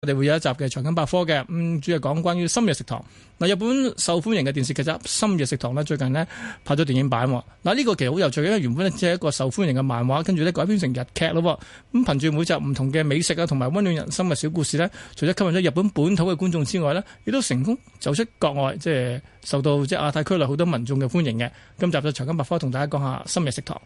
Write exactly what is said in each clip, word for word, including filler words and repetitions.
我哋會有一集嘅財經百科嘅，咁主要講關於深夜食堂。嗱，日本受歡迎嘅電視劇集《深夜食堂》呢，最近呢拍咗電影版。嗱，呢個其實好有趣，因為原本呢只係一個受歡迎嘅漫畫，跟住呢改編成日劇咯。咁憑住每集唔同嘅美食啊，同埋溫暖人心嘅小故事呢，除咗吸引咗日本本土嘅觀眾之外呢，亦都成功走出國外，即係受到即係亞太區內好多民眾嘅歡迎嘅。今集嘅財經百科同大家講下深夜食堂。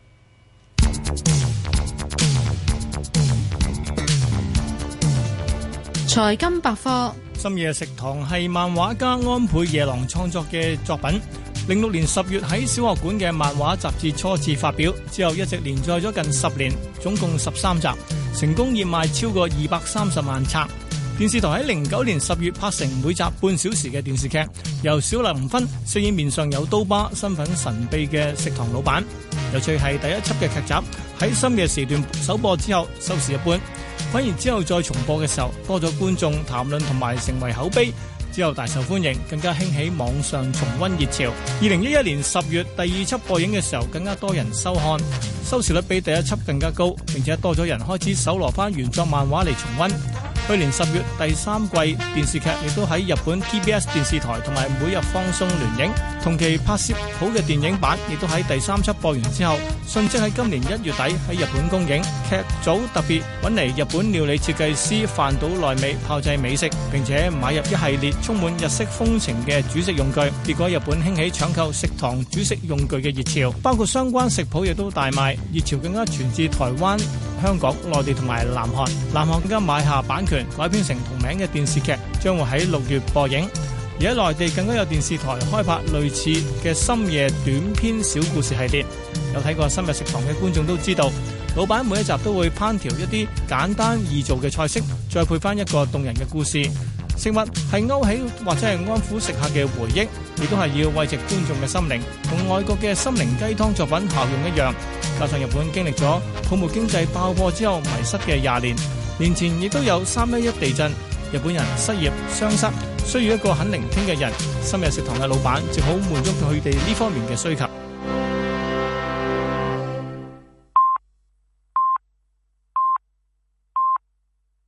財金百科。 深夜食堂係漫畫家安倍夜郎創作嘅作品，零六年十月喺小學館嘅漫畫雜誌初次發表，之後一直連載咗近十年，總共十三集，成功熱賣超過二百三十萬冊。電視台喺零九年十月拍成每集半小時嘅電視劇，由小林芬飾演面上有刀疤、身份神秘嘅食堂老闆。有趣係第一輯嘅劇集喺深夜時段首播之後收視一般，反而之後再重播嘅時候，多咗觀眾談論同埋成為口碑，之後大受歡迎，更加興起網上重溫熱潮。二零一一年十月第二輯播映嘅時候，更加多人收看，收視率比第一輯更加高，並且多咗人開始搜羅翻原作漫畫嚟重溫。去年十月第三季電視劇亦都喺日本 T B S 電視台同埋每日放送聯映，同期拍攝好嘅電影版亦都喺第三輯播完之後，迅即喺今年一月底喺日本公映。劇組特別揾嚟日本料理設計師飯島奈美炮製美食，並且買入一系列充滿日式風情嘅煮食用具，結果日本興起搶購食堂煮食用具嘅熱潮，包括相關食譜亦都大賣，熱潮更加傳至台灣、香港、內地同埋南韓。南韓更加買下版權，改編成同名嘅電視劇，將會喺六月播映。而喺內地更加有電視台開拍類似嘅深夜短篇小故事系列。有睇過深夜食堂嘅觀眾都知道，老闆每一集都會烹調一啲簡單易做嘅菜式，再配翻一個動人嘅故事。食物係勾起或者係安撫食客嘅回憶，亦都係要慰藉觀眾嘅心靈，同外國嘅心靈雞湯作品效用一樣。加上日本經歷咗泡沫經濟爆破之後迷失嘅廿年，年前亦都有三一一地震，日本人失業傷失，需要一個肯聆聽嘅人。深夜食堂嘅老闆正好滿足佢哋呢方面嘅需求。